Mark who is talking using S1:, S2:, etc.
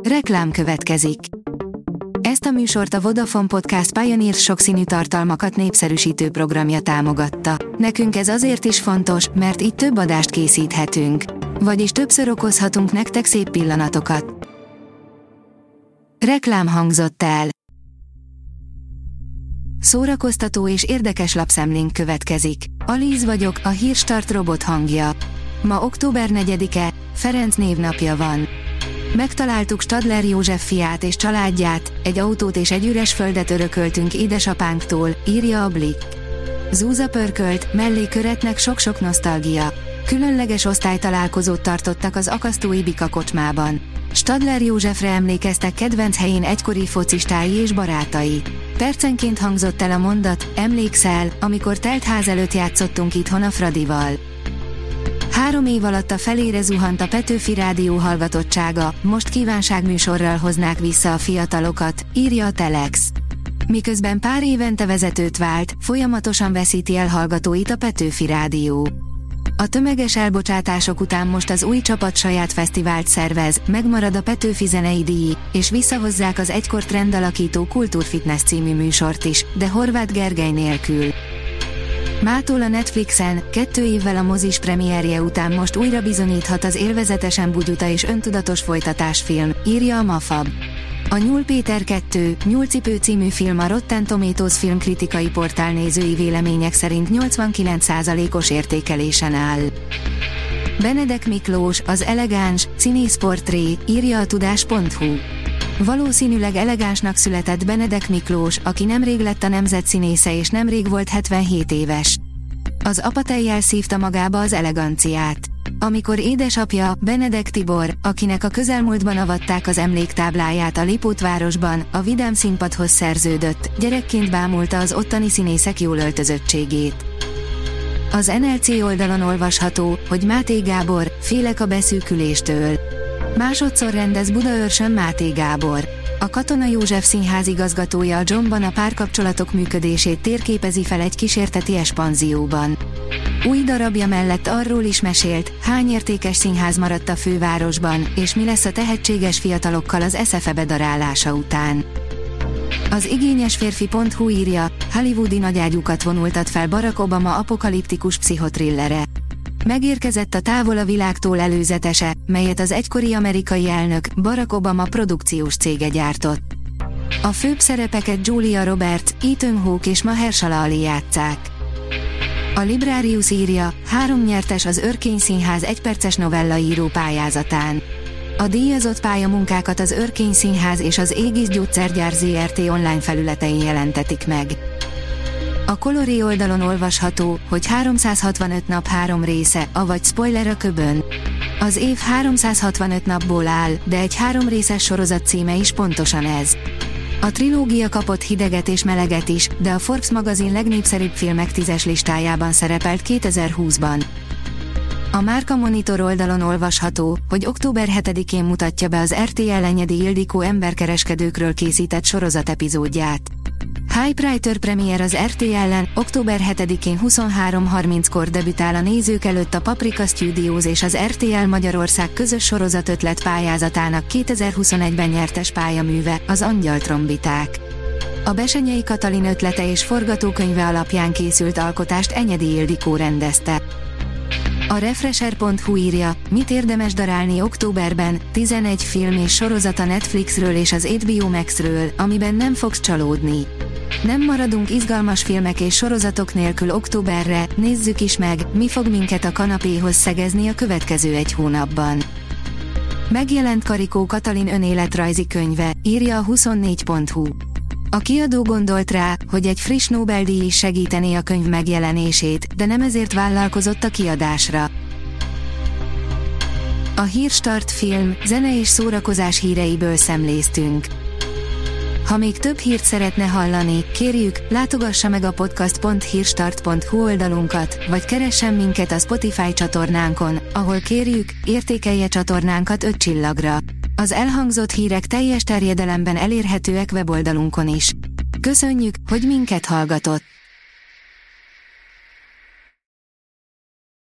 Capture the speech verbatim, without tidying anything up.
S1: Reklám következik. Ezt a műsort a Vodafone Podcast Pioneer sokszínű tartalmakat népszerűsítő programja támogatta. Nekünk ez azért is fontos, mert így több adást készíthetünk. Vagyis többször okozhatunk nektek szép pillanatokat. Reklám hangzott el. Szórakoztató és érdekes lapszemlénk következik. Alíz vagyok, a Hírstart robot hangja. Ma október negyedike, Ferenc névnapja van. Megtaláltuk Stadler József fiát és családját, egy autót és egy üres földet örököltünk édesapánktól, írja a Blick. Zúza pörkölt, mellé köretnek sok-sok nosztalgia. Különleges osztálytalálkozót tartottak az akasztói Bika kocsmában. Stadler Józsefre emlékeztek kedvenc helyén egykori focistái és barátai. Percenként hangzott el a mondat, emlékszel, amikor telt ház előtt játszottunk itthon a Fradival. Három év alatt a felére zuhant a Petőfi Rádió hallgatottsága, most kívánságműsorral hoznák vissza a fiatalokat, írja a Telex. Miközben pár évente vezetőt vált, folyamatosan veszíti el hallgatóit a Petőfi Rádió. A tömeges elbocsátások után most az új csapat saját fesztivált szervez, megmarad a Petőfi zenei díj, és visszahozzák az egykor trendalakító Kultúrfitness című műsort is, de Horváth Gergely nélkül. Mától a Netflixen, kettő évvel a mozis premierje után most újra bizonyíthat az élvezetesen bugyuta és öntudatos folytatásfilm, írja a Mafab. A Nyúl Péter kettő, Nyúlcipő című film a Rotten Tomatoes filmkritikai portál nézői vélemények szerint nyolcvankilenc százalékos értékelésen áll. Benedek Miklós, az elegáns, színészportré, írja a tudás pont hu. Valószínűleg elegánsnak született Benedek Miklós, aki nemrég lett a nemzet színésze és nemrég volt hetvenhét éves. Az apa tejjel szívta magába az eleganciát. Amikor édesapja, Benedek Tibor, akinek a közelmúltban avatták az emléktábláját a Lipótvárosban, a vidám színpadhoz szerződött, gyerekként bámulta az ottani színészek jól öltözöttségét. Az en el cé oldalon olvasható, hogy Máté Gábor, félek a beszűküléstől. Másodszor rendez Budaörsön Máté Gábor. A Katona József Színház igazgatója a Johnban a párkapcsolatok működését térképezi fel egy kísérteti espanzióban. Új darabja mellett arról is mesélt, hány értékes színház maradt a fővárosban, és mi lesz a tehetséges fiatalokkal az es ef e bedarálása után. Az igényesférfi pont hu írja, hollywoodi nagyágyúkat vonultat fel Barack Obama apokaliptikus pszichotrillere. Megérkezett a Távol a világtól előzetese, melyet az egykori amerikai elnök, Barack Obama produkciós cége gyártott. A főbb szerepeket Julia Roberts, Ethan Hawke és Mahershala Ali játsszák. A Librarius írja, három nyertes az Örkény Színház egyperces novellaíró pályázatán. A díjazott pályamunkákat az Örkény Színház és az Aegis Gyógyszergyár zé er té online felületein jelentetik meg. A Coloré oldalon olvasható, hogy háromszázhatvanöt nap három része, avagy spoiler a köbön. Az év háromszázhatvanöt napból áll, de egy három részes sorozat címe is pontosan ez. A trilógia kapott hideget és meleget is, de a Forbes magazin legnépszerűbb filmek tízes listájában szerepelt kétezer-húszban. A Márka Monitor oldalon olvasható, hogy október hetedikén mutatja be az er té el Enyedi Ildikó emberkereskedőkről készített sorozat epizódját. Hypewriter premier az er té ellen, október hetedikén huszonhárom harminckor debütál a nézők előtt a Paprika Studios és az er té el Magyarország közös sorozatötlet pályázatának kétezer-huszonegyben nyertes pályaműve, az Angyaltrombiták. A Besenyei Katalin ötlete és forgatókönyve alapján készült alkotást Enyedi Ildikó rendezte. A Refresher pont hu írja, mit érdemes darálni októberben, tizenegy film és sorozat a Netflixről és az há bé o Maxről, amiben nem fogsz csalódni. Nem maradunk izgalmas filmek és sorozatok nélkül októberre, nézzük is meg, mi fog minket a kanapéhoz szegezni a következő egy hónapban. Megjelent Karikó Katalin önéletrajzi könyve, írja a huszonnégy pont hu. A kiadó gondolt rá, hogy egy friss Nobel-díj is segítené a könyv megjelenését, de nem ezért vállalkozott a kiadásra. A Hírstart film, zene és szórakozás híreiből szemléztünk. Ha még több hírt szeretne hallani, kérjük, látogassa meg a podcast pont hírstart pont hu oldalunkat, vagy keressen minket a Spotify csatornánkon, ahol kérjük, értékelje csatornánkat öt csillagra. Az elhangzott hírek teljes terjedelemben elérhetőek weboldalunkon is. Köszönjük, hogy minket hallgatott!